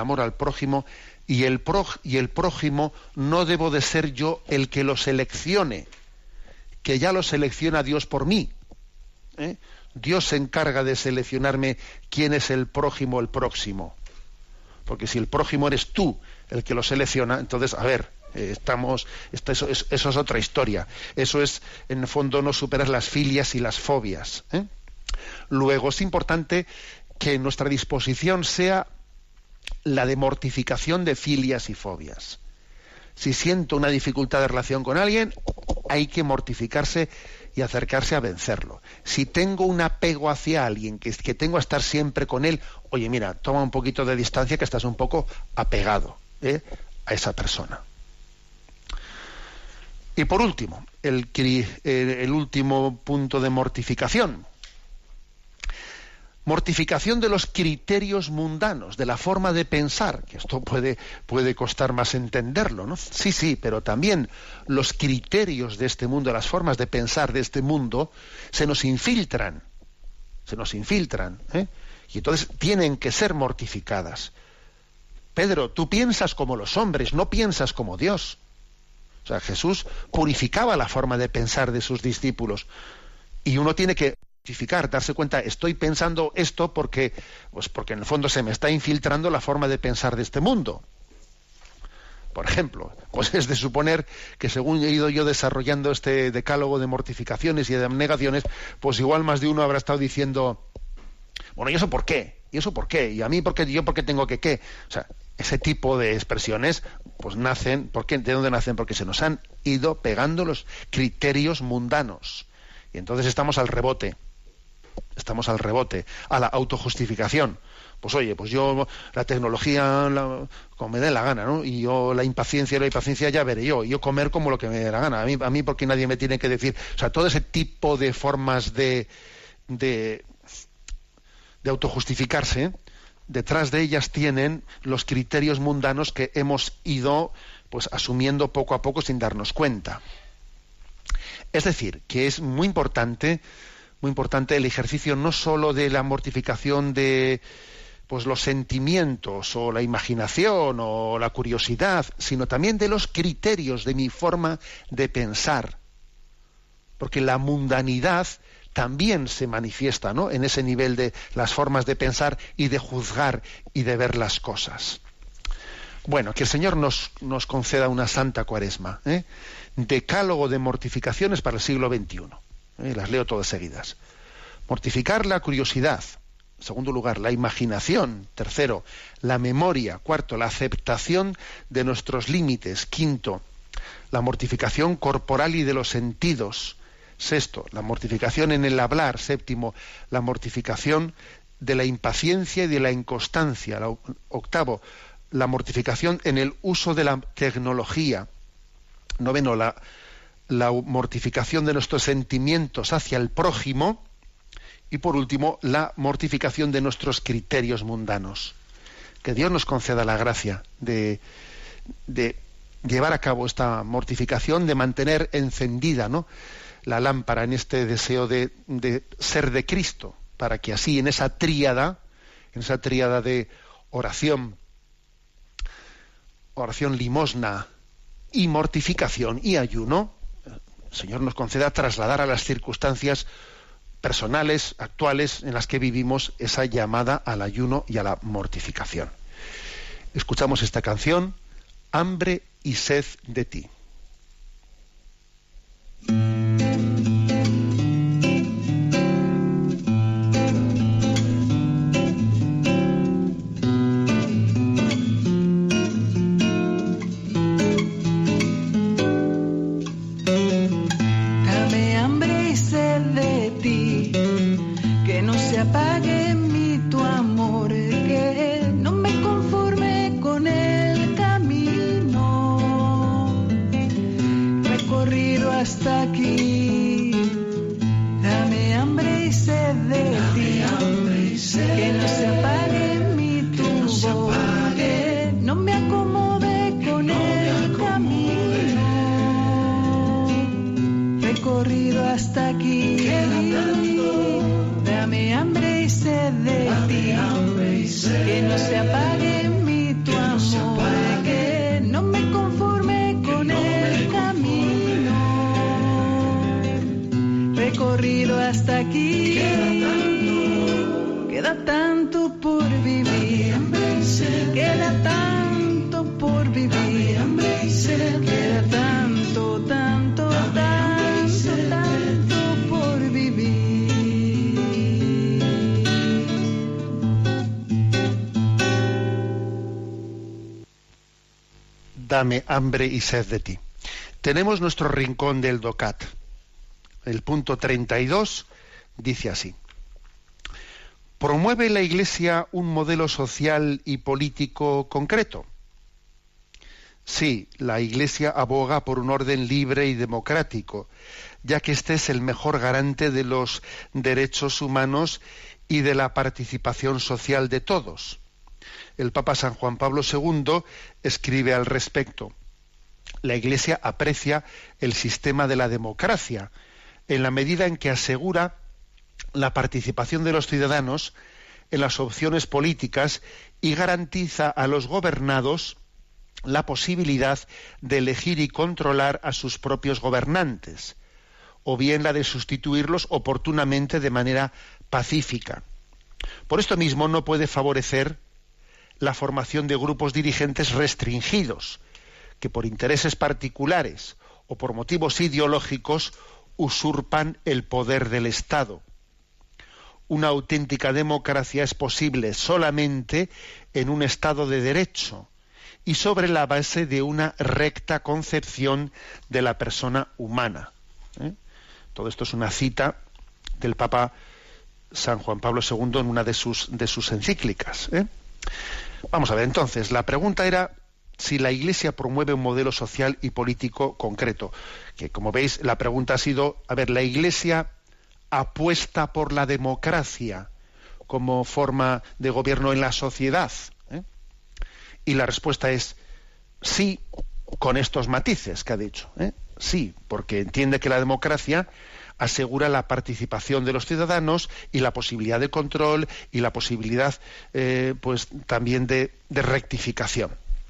y el prójimo no debo de ser yo el que lo seleccione, que ya lo selecciona Dios por mí. Dios se encarga de seleccionarme quién es el prójimo, el próximo. Porque si el prójimo eres tú el que lo selecciona, entonces, a ver, eso es otra historia. Eso es, en el fondo, no superar las filias y las fobias. Luego, es importante que nuestra disposición sea la de mortificación de filias y fobias. Si siento una dificultad de relación con alguien, hay que mortificarse y acercarse a vencerlo. Si tengo un apego hacia alguien, que tengo a estar siempre con él, oye, mira, toma un poquito de distancia, que estás un poco apegado a esa persona. Y por último, el último punto de mortificación. Mortificación de los criterios mundanos, de la forma de pensar, que esto puede costar más entenderlo, ¿no? Sí, pero también los criterios de este mundo, las formas de pensar de este mundo, se nos infiltran, y entonces tienen que ser mortificadas. Pedro, tú piensas como los hombres, no piensas como Dios. O sea, Jesús purificaba la forma de pensar de sus discípulos, y uno tiene que darse cuenta, estoy pensando esto porque en el fondo se me está infiltrando la forma de pensar de este mundo. Por ejemplo, pues es de suponer que según he ido yo desarrollando este decálogo de mortificaciones y de abnegaciones, pues igual más de uno habrá estado diciendo, bueno, ¿y eso por qué? ¿Y eso por qué? ¿Y a mí por qué? ¿Yo por qué tengo que qué? O sea, ese tipo de expresiones pues nacen, ¿de dónde nacen? Porque se nos han ido pegando los criterios mundanos. Y entonces estamos al rebote, a la autojustificación. Pues oye, pues yo la tecnología como me dé la gana, ¿no? Y yo la impaciencia ya veré yo comer como lo que me dé la gana. A mí porque nadie me tiene que decir. O sea, todo ese tipo de formas de autojustificarse, detrás de ellas tienen los criterios mundanos que hemos ido pues asumiendo poco a poco sin darnos cuenta. Es decir, que es muy importante el ejercicio no solo de la mortificación de pues los sentimientos o la imaginación o la curiosidad, sino también de los criterios de mi forma de pensar. Porque la mundanidad también se manifiesta, ¿no?, en ese nivel de las formas de pensar y de juzgar y de ver las cosas. Bueno, que el Señor nos conceda una santa Cuaresma. Decálogo de mortificaciones para el siglo XXI. Las leo todas seguidas. Mortificar la curiosidad. En segundo lugar, la imaginación. Tercero, la memoria. Cuarto, la aceptación de nuestros límites. Quinto, la mortificación corporal y de los sentidos. Sexto, la mortificación en el hablar. Séptimo, la mortificación de la impaciencia y de la inconstancia. Octavo, la mortificación en el uso de la tecnología. Noveno, la mortificación de nuestros sentimientos hacia el prójimo. Y por último, la mortificación de nuestros criterios mundanos. Que Dios nos conceda la gracia de llevar a cabo esta mortificación, de mantener encendida, ¿no?, la lámpara en este deseo de ser de Cristo, para que así en esa tríada de oración, limosna y mortificación y ayuno, el Señor nos conceda trasladar a las circunstancias personales, actuales, en las que vivimos, esa llamada al ayuno y a la mortificación. Escuchamos esta canción, Hambre y sed de ti. Dame hambre y sed de ti, que no se apague en mí tu amor, que no me conforme con el camino recorrido hasta aquí. Dame hambre y sed de ti, que no se apague en mí tu voz, que no me acomode con el camino recorrido hasta aquí. Dame hambre y sed de ti, que no se apague en mí tu amor, que no me conforme con el camino recorrido hasta aquí. Queda tanto por vivir, queda tanto por vivir, queda tanto, tanto, tanto por vivir. Dame hambre y sed de ti. Tenemos nuestro rincón del DOCAT. El punto 32 dice así: ¿promueve la Iglesia un modelo social y político concreto? Sí, la Iglesia aboga por un orden libre y democrático, ya que este es el mejor garante de los derechos humanos y de la participación social de todos. El Papa San Juan Pablo II escribe al respecto: la Iglesia aprecia el sistema de la democracia en la medida en que asegura la participación de los ciudadanos en las opciones políticas y garantiza a los gobernados la posibilidad de elegir y controlar a sus propios gobernantes, o bien la de sustituirlos oportunamente de manera pacífica. Por esto mismo no puede favorecer la formación de grupos dirigentes restringidos, que por intereses particulares o por motivos ideológicos usurpan el poder del Estado. Una auténtica democracia es posible solamente en un Estado de derecho y sobre la base de una recta concepción de la persona humana. Todo esto es una cita del Papa San Juan Pablo II en una de sus encíclicas. Vamos a ver, entonces, la pregunta era si la Iglesia promueve un modelo social y político concreto. Que, como veis, la pregunta ha sido, a ver, ¿la Iglesia apuesta por la democracia como forma de gobierno en la sociedad? Y la respuesta es sí, con estos matices que ha dicho. Sí, porque entiende que la democracia asegura la participación de los ciudadanos y la posibilidad de control y la posibilidad pues también de rectificación.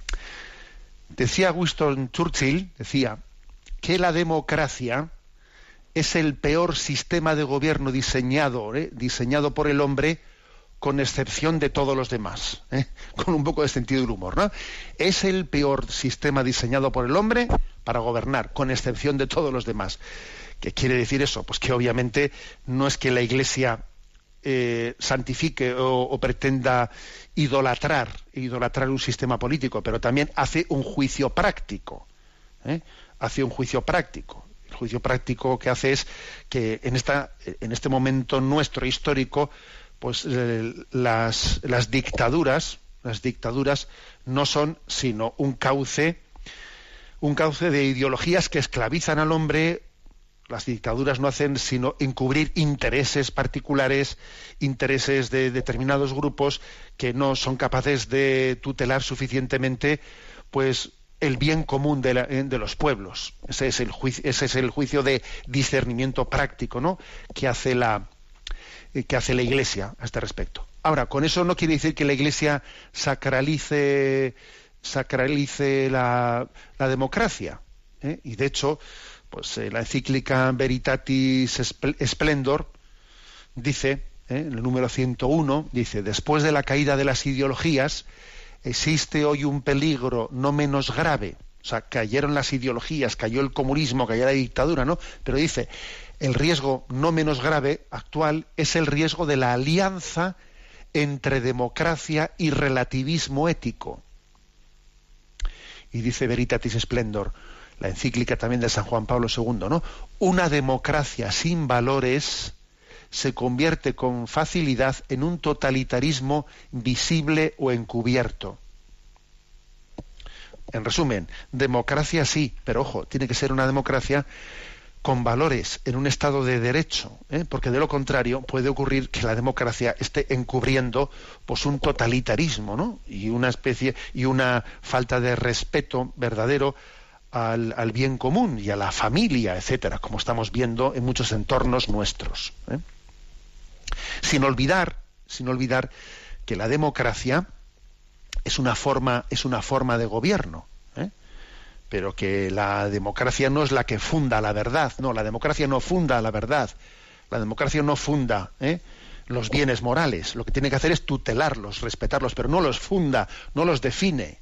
Decía Winston Churchill, decía que la democracia es el peor sistema de gobierno diseñado por el hombre, con excepción de todos los demás, con un poco de sentido del humor, ¿no? Es el peor sistema diseñado por el hombre para gobernar, con excepción de todos los demás. ¿Qué quiere decir eso? Pues que obviamente no es que la Iglesia santifique o pretenda idolatrar un sistema político, pero también hace un juicio práctico. Hace un juicio práctico. El juicio práctico que hace es que en este momento nuestro histórico, pues las dictaduras no son sino un cauce de ideologías que esclavizan al hombre. Las dictaduras no hacen sino encubrir intereses particulares, intereses de determinados grupos que no son capaces de tutelar suficientemente pues el bien común de los pueblos. Ese es el juicio de discernimiento práctico, ¿no?, que hace la Iglesia a este respecto. Ahora, con eso no quiere decir que la Iglesia sacralice la democracia, ¿eh? Y de hecho, pues la encíclica Veritatis Splendor dice, en el número 101, dice: después de la caída de las ideologías, existe hoy un peligro no menos grave. O sea, cayeron las ideologías, cayó el comunismo, cayó la dictadura, ¿no? Pero dice, el riesgo no menos grave actual es el riesgo de la alianza entre democracia y relativismo ético. Y dice Veritatis Splendor, la encíclica también de San Juan Pablo II, ¿no? Una democracia sin valores se convierte con facilidad en un totalitarismo visible o encubierto. En resumen, democracia sí, pero ojo, tiene que ser una democracia con valores, en un Estado de derecho, porque de lo contrario puede ocurrir que la democracia esté encubriendo pues un totalitarismo, ¿no? Y una falta de respeto verdadero al bien común y a la familia, etcétera, como estamos viendo en muchos entornos nuestros, ¿eh? Sin olvidar que la democracia es una forma de gobierno, ¿eh? Pero que la democracia no es la que funda la verdad. No, la democracia no funda la verdad. La democracia no funda los bienes morales. Lo que tiene que hacer es tutelarlos, respetarlos, pero no los funda, no los define.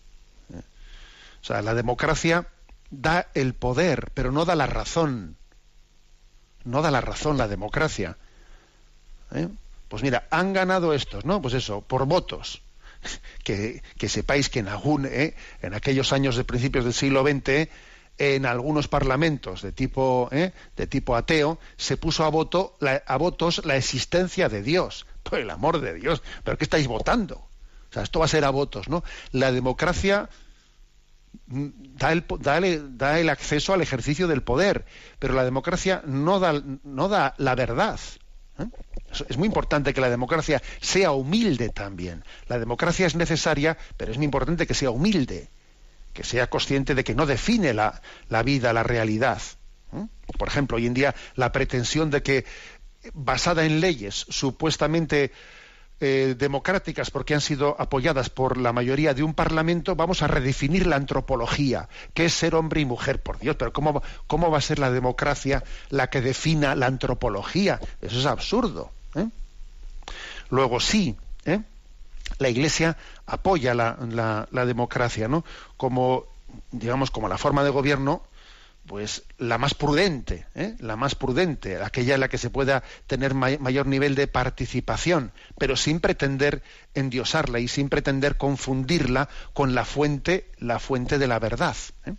O sea, la democracia da el poder, pero no da la razón. No da la razón la democracia. Pues mira, han ganado estos, ¿no? Pues eso, por votos. Que sepáis que en aquellos años de principios del siglo XX, en algunos parlamentos de tipo ateo, se puso a votos la existencia de Dios. Por el amor de Dios, ¿pero qué estáis votando? O sea, esto va a ser a votos, ¿no? La democracia da el acceso al ejercicio del poder, pero la democracia no da la verdad. Es muy importante que la democracia sea humilde también. La democracia es necesaria, pero es muy importante que sea humilde, que sea consciente de que no define la vida, la realidad. Por ejemplo, hoy en día la pretensión de que, basada en leyes supuestamente democráticas porque han sido apoyadas por la mayoría de un parlamento, vamos a redefinir la antropología, que es ser hombre y mujer. Por Dios, pero ¿cómo va a ser la democracia la que defina la antropología? Eso es absurdo, ¿eh? Luego sí, la Iglesia apoya la democracia, ¿no? Como la forma de gobierno, pues la más prudente, aquella en la que se pueda tener mayor nivel de participación, pero sin pretender endiosarla y sin pretender confundirla con la fuente de la verdad, ¿eh?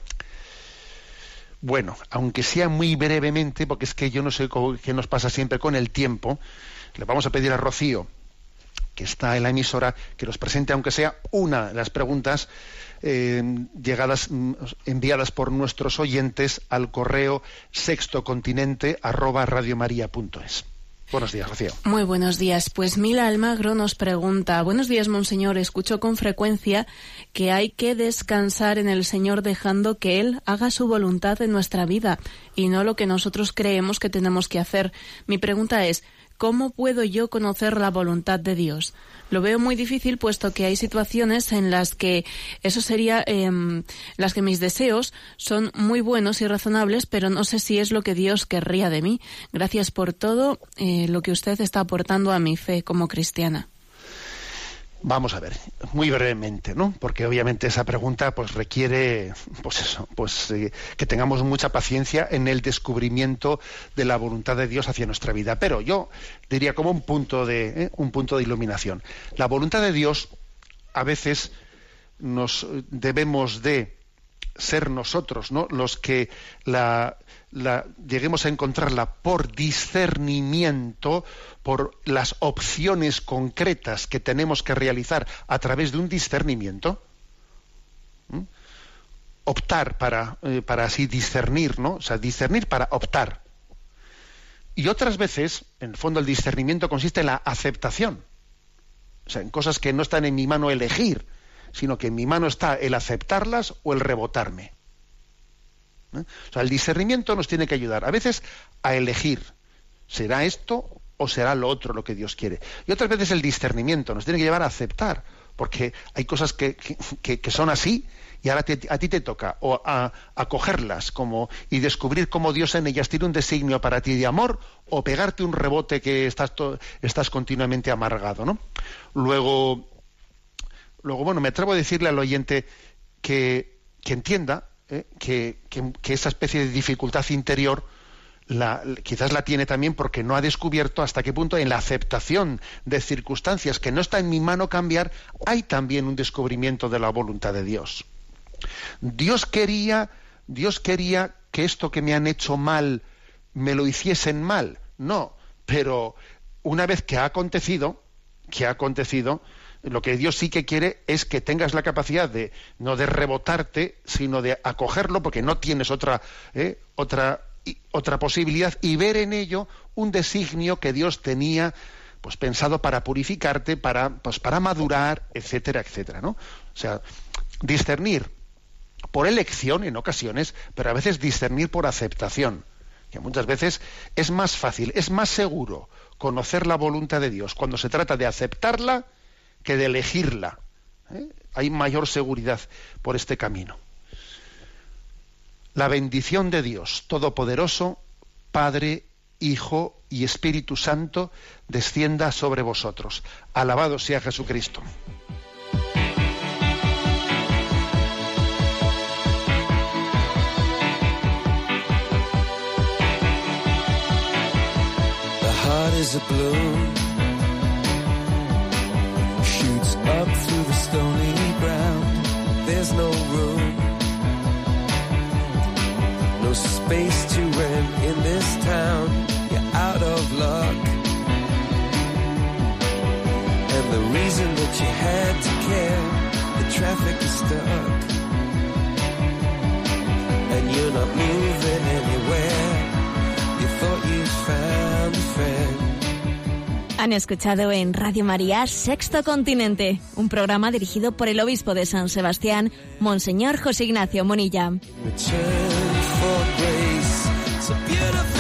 Bueno, aunque sea muy brevemente, porque es que yo no sé qué nos pasa siempre con el tiempo, le vamos a pedir a Rocío, que está en la emisora, que nos presente, aunque sea una de las preguntas enviadas por nuestros oyentes al correo sextocontinente@radiomaria.es. Buenos días, Rocío. Muy buenos días. Pues Mila Almagro nos pregunta: buenos días, monseñor. Escucho con frecuencia que hay que descansar en el Señor dejando que Él haga su voluntad en nuestra vida y no lo que nosotros creemos que tenemos que hacer. Mi pregunta es: ¿cómo puedo yo conocer la voluntad de Dios? Lo veo muy difícil, puesto que hay situaciones en las que eso sería, las que mis deseos son muy buenos y razonables, pero no sé si es lo que Dios querría de mí. Gracias por todo lo que usted está aportando a mi fe como cristiana. Vamos a ver, muy brevemente, ¿no? Porque obviamente esa pregunta pues requiere, que tengamos mucha paciencia en el descubrimiento de la voluntad de Dios hacia nuestra vida. Pero yo diría como un punto de iluminación. La voluntad de Dios, a veces nos debemos de ser nosotros, ¿no?, los que lleguemos a encontrarla por discernimiento, por las opciones concretas que tenemos que realizar a través de un discernimiento. Optar para así discernir, ¿no? O sea, discernir para optar. Y otras veces, en el fondo, el discernimiento consiste en la aceptación. O sea, en cosas que no están en mi mano elegir, sino que en mi mano está el aceptarlas o el rebotarme. O sea, el discernimiento nos tiene que ayudar a veces a elegir. ¿Será esto o será lo otro lo que Dios quiere? Y otras veces el discernimiento nos tiene que llevar a aceptar, porque hay cosas que son así, y ahora a ti te toca o a cogerlas y descubrir cómo Dios en ellas tiene un designio para ti de amor, o pegarte un rebote que estás continuamente amargado, ¿no? Luego, bueno, me atrevo a decirle al oyente que entienda que esa especie de dificultad interior quizás la tiene también porque no ha descubierto hasta qué punto en la aceptación de circunstancias que no está en mi mano cambiar hay también un descubrimiento de la voluntad de Dios. Dios quería que esto que me han hecho mal me lo hiciesen mal, no, pero una vez que ha acontecido, lo que Dios sí que quiere es que tengas la capacidad no de rebotarte, sino de acogerlo, porque no tienes otra posibilidad, y ver en ello un designio que Dios tenía pues pensado para purificarte, para madurar, etcétera, etcétera, ¿no? O sea, discernir por elección en ocasiones, pero a veces discernir por aceptación, que muchas veces es más fácil, es más seguro conocer la voluntad de Dios cuando se trata de aceptarla que de elegirla. Hay mayor seguridad por este camino. La bendición de Dios Todopoderoso, Padre, Hijo y Espíritu Santo, descienda sobre vosotros. Alabado sea Jesucristo. The heart is a bloom, shoots up through the stony ground. There's no room, no space to rent in this town. You're out of luck, and the reason that you had to care, the traffic is stuck, and you're not moving anywhere. You thought you found a friend. Han escuchado en Radio María Sexto Continente, un programa dirigido por el obispo de San Sebastián, Monseñor José Ignacio Monilla. Return for grace, so beautiful.